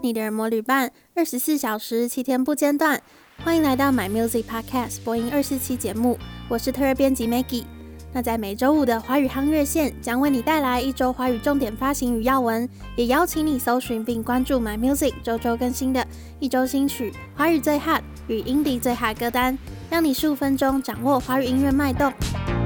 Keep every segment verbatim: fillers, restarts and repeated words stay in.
你的耳膜旅伴，二十四小时七天不间断。欢迎来到 My Music Podcast 播音二四七节目，我是特约编辑 Maggie。那在每周五的华语夯热线将为你带来一周华语重点发行与要闻，也邀请你搜寻并关注 My Music 周周更新的一周新曲、华语最 hot 与 indie 最 hot 歌单，让你十五分钟掌握华语音乐脉动。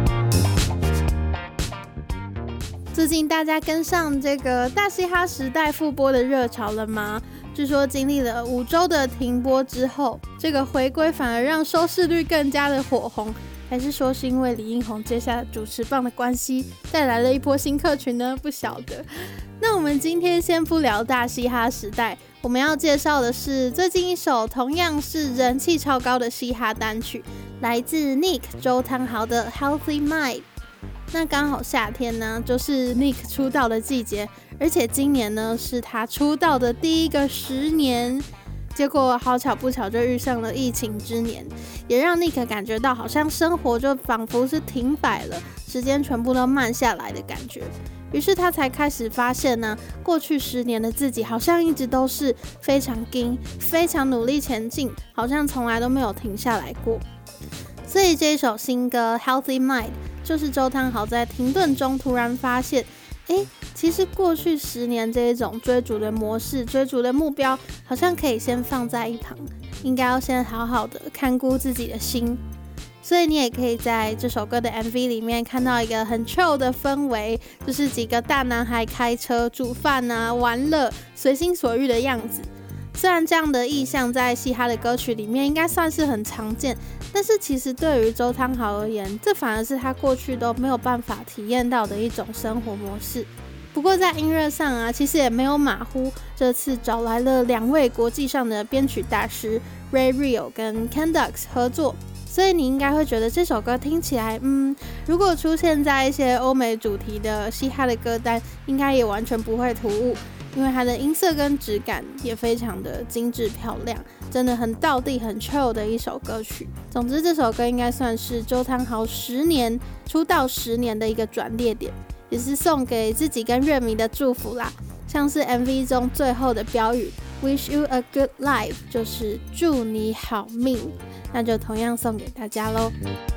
最近大家跟上这个大嘻哈时代复播的热潮了吗？据说经历了五周的停播之后，这个回归反而让收视率更加的火红，还是说是因为李英宏接下主持棒的关系，带来了一波新客群呢？不晓得。那我们今天先不聊大嘻哈时代，我们要介绍的是最近一首同样是人气超高的嘻哈单曲，来自 Nick 周汤豪的 Healthy Mind。那刚好夏天呢，就是 Nick 出道的季节，而且今年呢是他出道的第一个十年，结果好巧不巧就遇上了疫情之年，也让 Nick 感觉到好像生活就仿佛是停摆了，时间全部都慢下来的感觉。于是他才开始发现呢，过去十年的自己好像一直都是非常硬、非常努力前进，好像从来都没有停下来过。所以这一首新歌 Healthy Mind 就是周汤豪在停顿中突然发现，诶，其实过去十年这一种追逐的模式、追逐的目标，好像可以先放在一旁，应该要先好好的看顾自己的心。所以你也可以在这首歌的 M V 里面看到一个很 chill 的氛围，就是几个大男孩开车、煮饭啊、玩乐、随心所欲的样子。虽然这样的意象在嘻哈的歌曲里面应该算是很常见，但是其实对于周汤豪而言，这反而是他过去都没有办法体验到的一种生活模式。不过在音乐上啊，其实也没有马虎，这次找来了两位国际上的编曲大师 Ray Rio 跟 Kendux 合作，所以你应该会觉得这首歌听起来，嗯，如果出现在一些欧美主题的嘻哈的歌单，应该也完全不会突兀。因为它的音色跟质感也非常的精致漂亮，真的很道地很 chill 的一首歌曲。总之这首歌应该算是周汤豪十年出道十年的一个转捩点，也是送给自己跟乐迷的祝福啦。像是 M V 中最后的标语 Wish you a good life 就是祝你好命，那就同样送给大家咯。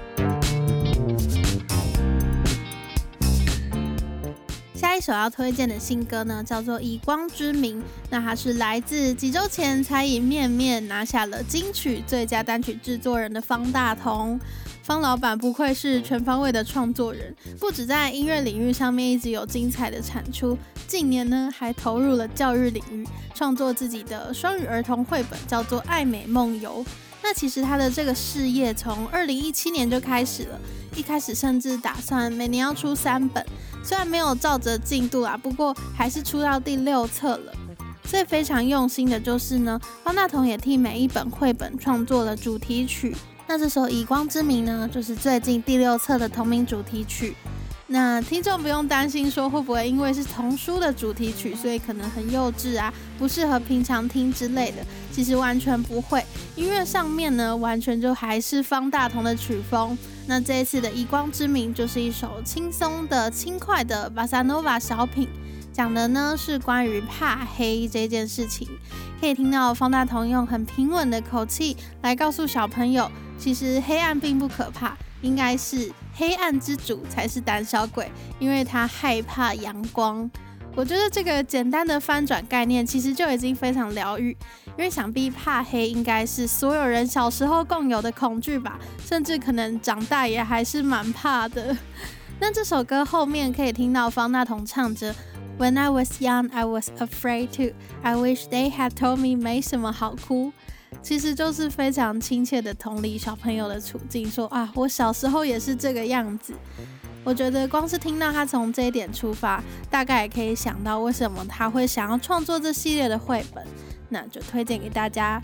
下一首要推荐的新歌呢，叫做《以光之名》。那它是来自几周前才以面面拿下了金曲最佳单曲制作人的方大同。方老板不愧是全方位的创作人，不只在音乐领域上面一直有精彩的产出，近年呢还投入了教育领域，创作自己的双语儿童绘本，叫做《爱美梦游》。那其实他的这个事业从二零一七年就开始了，一开始甚至打算每年要出三本，虽然没有照着进度啦，不过还是出到第六册了。所以非常用心的就是呢，方大同也替每一本绘本创作了主题曲。那这首《以光之名》呢，就是最近第六册的同名主题曲。那听众不用担心说会不会因为是童书的主题曲，所以可能很幼稚啊，不适合平常听之类的，其实完全不会。音乐上面呢，完全就还是方大同的曲风。那这一次的《以光之名》就是一首轻松的、轻快的 Bossa Nova 小品，讲的呢是关于怕黑这件事情。可以听到方大同用很平稳的口气来告诉小朋友，其实黑暗并不可怕，应该是黑暗之主才是胆小鬼，因为他害怕阳光。我觉得这个简单的翻转概念其实就已经非常疗愈，因为想必怕黑应该是所有人小时候共有的恐惧吧，甚至可能长大也还是蛮怕的。那这首歌后面可以听到方大同唱着 When I was young, I was afraid to. I wish they had told me 没什么好哭。其实就是非常亲切的同理小朋友的处境，说啊，我小时候也是这个样子。我觉得光是听到他从这一点出发，大概也可以想到为什么他会想要创作这系列的绘本，那就推荐给大家。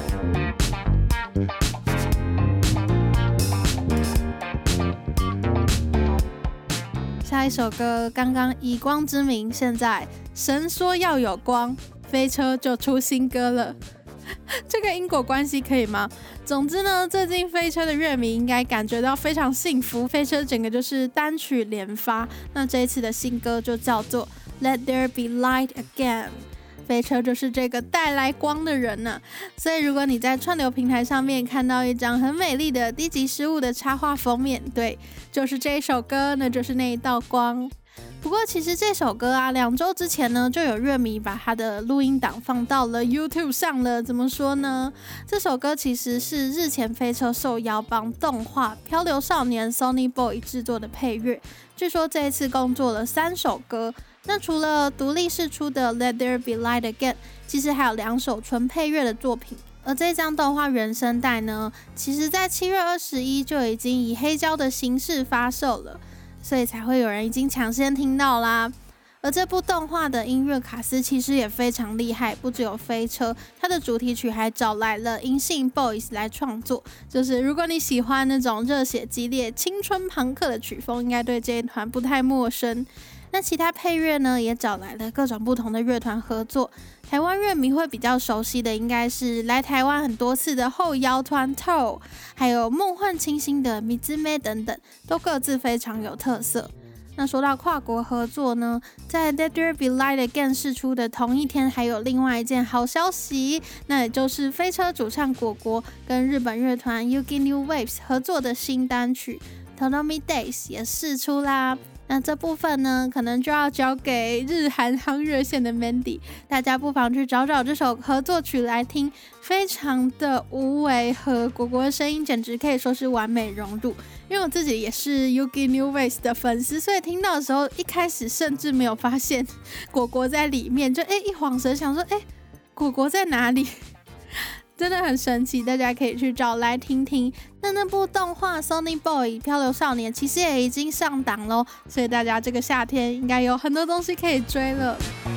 下一首歌刚刚以光之名，现在神说要有光，飞车就出新歌了。这个因果关系可以吗？总之呢，最近飞车的乐迷应该感觉到非常幸福，飞车整个就是单曲连发。那这一次的新歌就叫做 Let There Be Light Again。 飞车就是这个带来光的人呢、啊。所以如果你在串流平台上面看到一张很美丽的低级失误的插画封面，对，就是这一首歌，那就是那一道光。不过其实这首歌啊，两周之前呢，就有乐迷把他的录音档放到了 YouTube 上了。怎么说呢？这首歌其实是日前飞车受邀帮动画《漂流少年》Sony Boy 制作的配乐。据说这一次共作了三首歌。那除了独立释出的 Let There Be Light Again， 其实还有两首纯配乐的作品。而这张动画原声带呢，其实在七月二十一就已经以黑胶的形式发售了。所以才会有人已经抢先听到啦。而这部动画的音乐卡司其实也非常厉害，不只有飞车，它的主题曲还找来了银杏 Boys 来创作。就是如果你喜欢那种热血激烈、青春朋克的曲风，应该对这一团不太陌生。那其他配乐呢，也找来了各种不同的乐团合作。台湾乐迷会比较熟悉的，应该是来台湾很多次的后摇团 T O E， 还有梦幻清新的米兹妹等等，都各自非常有特色。那说到跨国合作呢，在 Let There Be Light Again 释出的同一天，还有另外一件好消息，那也就是飞车主唱果果跟日本乐团 Yuki New Waves 合作的新单曲 Tonomi Days 也释出啦。那这部分呢，可能就要交给日韩夯热线的 Mandy， 大家不妨去找找这首合作曲来听，非常的无违和，果果的声音简直可以说是完美融入。因为我自己也是 Yuki New Waves 的粉丝，所以听到的时候，一开始甚至没有发现果果在里面，就哎一晃神想说，哎果果在哪里？真的很神奇，大家可以去找来听听。那那部动画 Sony Boy 漂流少年其实也已经上档咯，所以大家这个夏天应该有很多东西可以追了。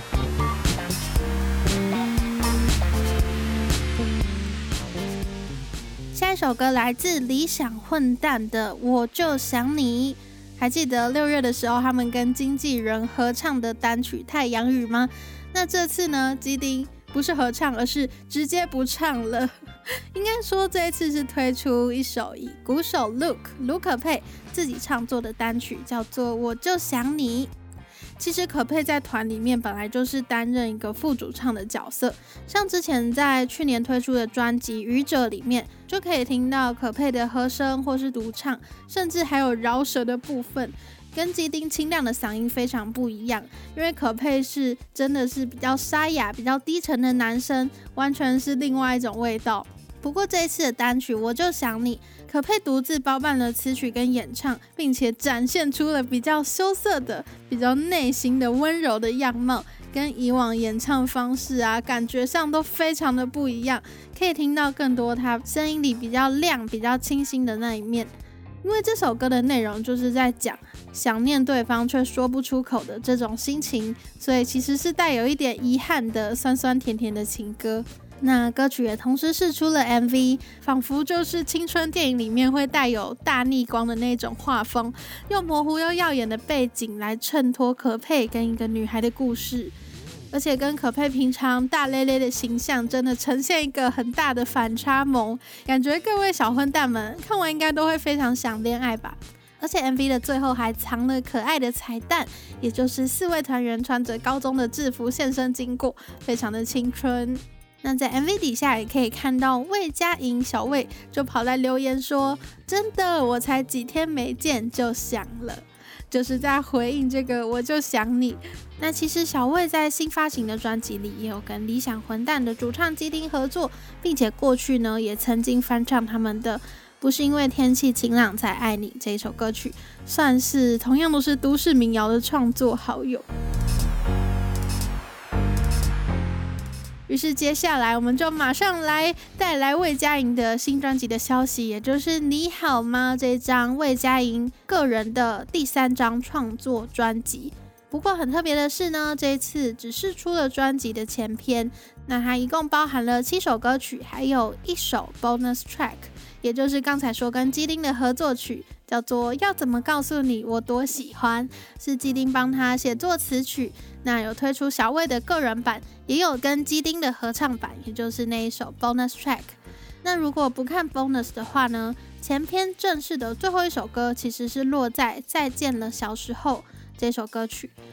下一首歌来自理想混蛋的我就想你。还记得六月的时候他们跟经纪人合唱的单曲太阳雨吗？那这次呢，基丁不是合唱，而是直接不唱了。应该说这一次是推出一首以鼓手 Luke 卢可佩自己创作的单曲，叫做我就想你。其实可佩在团里面本来就是担任一个副主唱的角色，像之前在去年推出的专辑《愚者》里面，就可以听到可佩的和声或是独唱，甚至还有饶舌的部分，跟基丁清亮的嗓音非常不一样。因为可佩是真的是比较沙哑、比较低沉的男生，完全是另外一种味道。不过这一次的单曲我就想你，可佩独自包办了词曲跟演唱，并且展现出了比较羞涩的、比较内心的温柔的样貌，跟以往演唱方式啊，感觉上都非常的不一样，可以听到更多他声音里比较亮、比较清新的那一面。因为这首歌的内容就是在讲想念对方却说不出口的这种心情，所以其实是带有一点遗憾的酸酸甜甜的情歌。那歌曲也同时释出了 M V， 仿佛就是青春电影里面会带有大逆光的那种画风，用模糊又耀眼的背景来衬托可佩跟一个女孩的故事，而且跟可佩平常大咧咧的形象真的呈现一个很大的反差萌，感觉各位小混蛋们看完应该都会非常想恋爱吧。而且 M V 的最后还藏了可爱的彩蛋，也就是四位团员穿着高中的制服现身经过，非常的青春。那在 M V 底下也可以看到魏佳莹小魏就跑来留言说，真的我才几天没见就想了，就是在回应这个我就想你。那其实小魏在新发行的专辑里也有跟理想混蛋的主唱基丁合作，并且过去呢也曾经翻唱他们的不是因为天气晴朗才爱你这一首歌曲，算是同样都是都市民谣的创作好友。于是接下来我们就马上来带来魏佳莹的新专辑的消息，也就是你好吗这张魏佳莹个人的第三张创作专辑。不过很特别的是呢，这一次只是出了专辑的前篇，那它一共包含了七首歌曲，还有一首 bonus track， 也就是刚才说跟基丁的合作曲，叫做要怎么告诉你我多喜欢，是基丁帮他写作词曲。那有推出小魏的个人版，也有跟基丁的合唱版，也就是那一首 bonus track。 那如果不看 bonus 的话呢，前篇正式的最后一首歌其实是落在再见了小时候这首歌曲。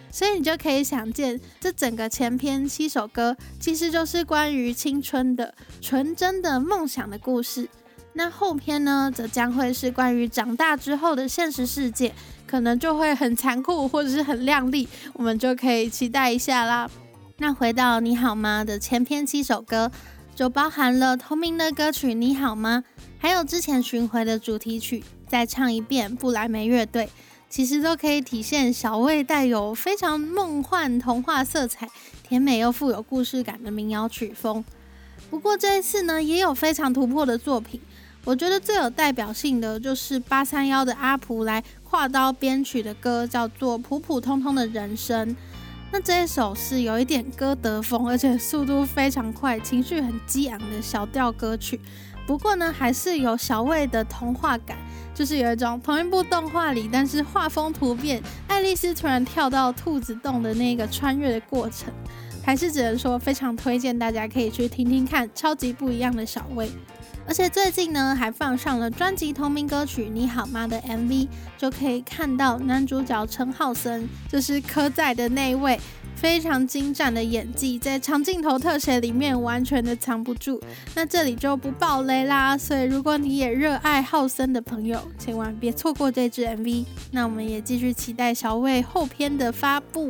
所以你就可以想见，这整个前篇七首歌其实就是关于青春的、纯真的梦想的故事。那后篇呢，则将会是关于长大之后的现实世界，可能就会很残酷或者是很亮丽，我们就可以期待一下啦。那回到你好吗的前篇七首歌，就包含了同名的歌曲你好吗，还有之前巡回的主题曲再唱一遍布莱梅乐队，其实都可以体现小魏带有非常梦幻童话色彩、甜美又富有故事感的民谣曲风。不过这一次呢，也有非常突破的作品，我觉得最有代表性的就是八三一的阿普来跨刀编曲的歌，叫做《普普通通的人生》。那这一首是有一点歌德风，而且速度非常快，情绪很激昂的小调歌曲。不过呢，还是有小魏的童话感，就是有一种同一部动画里，但是画风突变，爱丽丝突然跳到兔子洞的那个穿越的过程，还是只能说非常推荐大家可以去听听看，超级不一样的小魏。而且最近呢，还放上了专辑同名歌曲《你好吗》的 M V， 就可以看到男主角陈浩森，就是柯仔的那一位，非常精湛的演技，在长镜头特写里面完全的藏不住。那这里就不爆雷啦，所以如果你也热爱浩森的朋友，千万别错过这支 M V。那我们也继续期待小魏后篇的发布。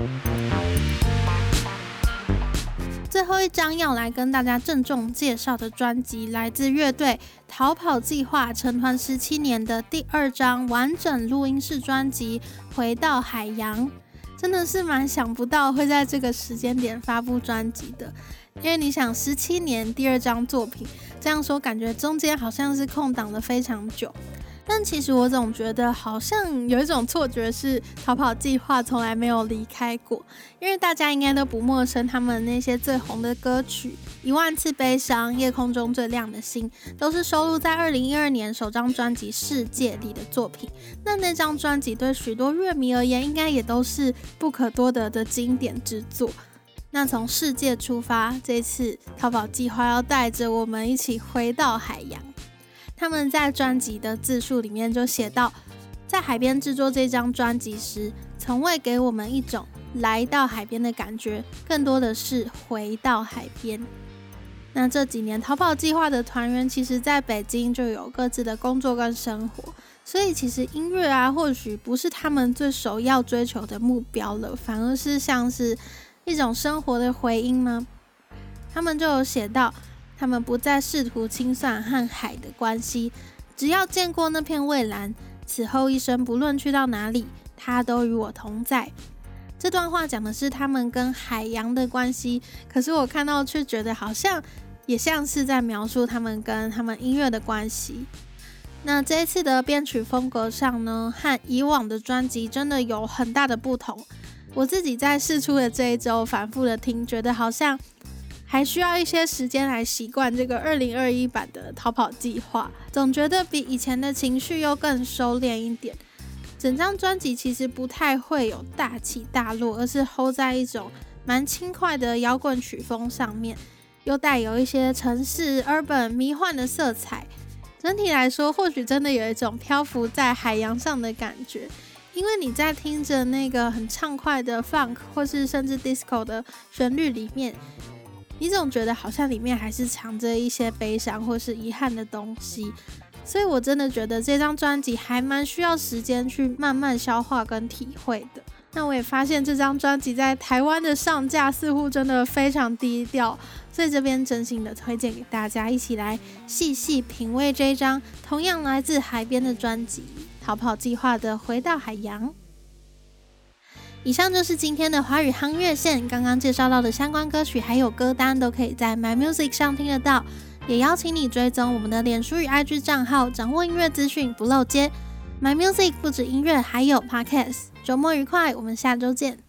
最后一张要来跟大家郑重介绍的专辑，来自乐队逃跑计划成团十七年的第二张完整录音室专辑《回到海洋》。真的是蛮想不到会在这个时间点发布专辑的，因为你想十七年第二张作品，这样说感觉中间好像是空档了非常久。但其实我总觉得好像有一种错觉是逃跑计划从来没有离开过，因为大家应该都不陌生，他们那些最红的歌曲一万次悲伤、夜空中最亮的星都是收录在二零一二年首张专辑《世界》里的作品。那那张专辑对许多乐迷而言应该也都是不可多得的经典之作。那从世界出发，这次逃跑计划要带着我们一起回到海洋。他们在专辑的自述里面就写到，在海边制作这张专辑时，从未给我们一种来到海边的感觉，更多的是回到海边。那这几年逃跑计划的团员其实在北京就有各自的工作跟生活，所以其实音乐啊或许不是他们最首要追求的目标了，反而是像是一种生活的回音吗？他们就有写到，他们不再试图清算和海的关系，只要见过那片蔚蓝，此后一生不论去到哪里，它都与我同在。这段话讲的是他们跟海洋的关系，可是我看到却觉得好像也像是在描述他们跟他们音乐的关系。那这一次的编曲风格上呢，和以往的专辑真的有很大的不同。我自己在释出的这一周反复的听，觉得好像还需要一些时间来习惯这个二零二一版的逃跑计划，总觉得比以前的情绪又更收敛一点。整张专辑其实不太会有大起大落，而是 hold 在一种蛮轻快的摇滚曲风上面，又带有一些城市 urban 迷幻的色彩。整体来说，或许真的有一种漂浮在海洋上的感觉，因为你在听着那个很畅快的 funk 或是甚至 disco 的旋律里面，你总觉得好像里面还是藏着一些悲伤或是遗憾的东西。所以我真的觉得这张专辑还蛮需要时间去慢慢消化跟体会的。那我也发现这张专辑在台湾的上架似乎真的非常低调，所以这边真心的推荐给大家一起来细细品味这一张同样来自海边的专辑《逃跑计划》的《回到海洋》。以上就是今天的华语夯乐线，刚刚介绍到的相关歌曲还有歌单都可以在 My Music 上听得到，也邀请你追踪我们的脸书与 I G 账号，掌握音乐资讯不漏接。My Music 不止音乐，还有 Podcast。周末愉快，我们下周见。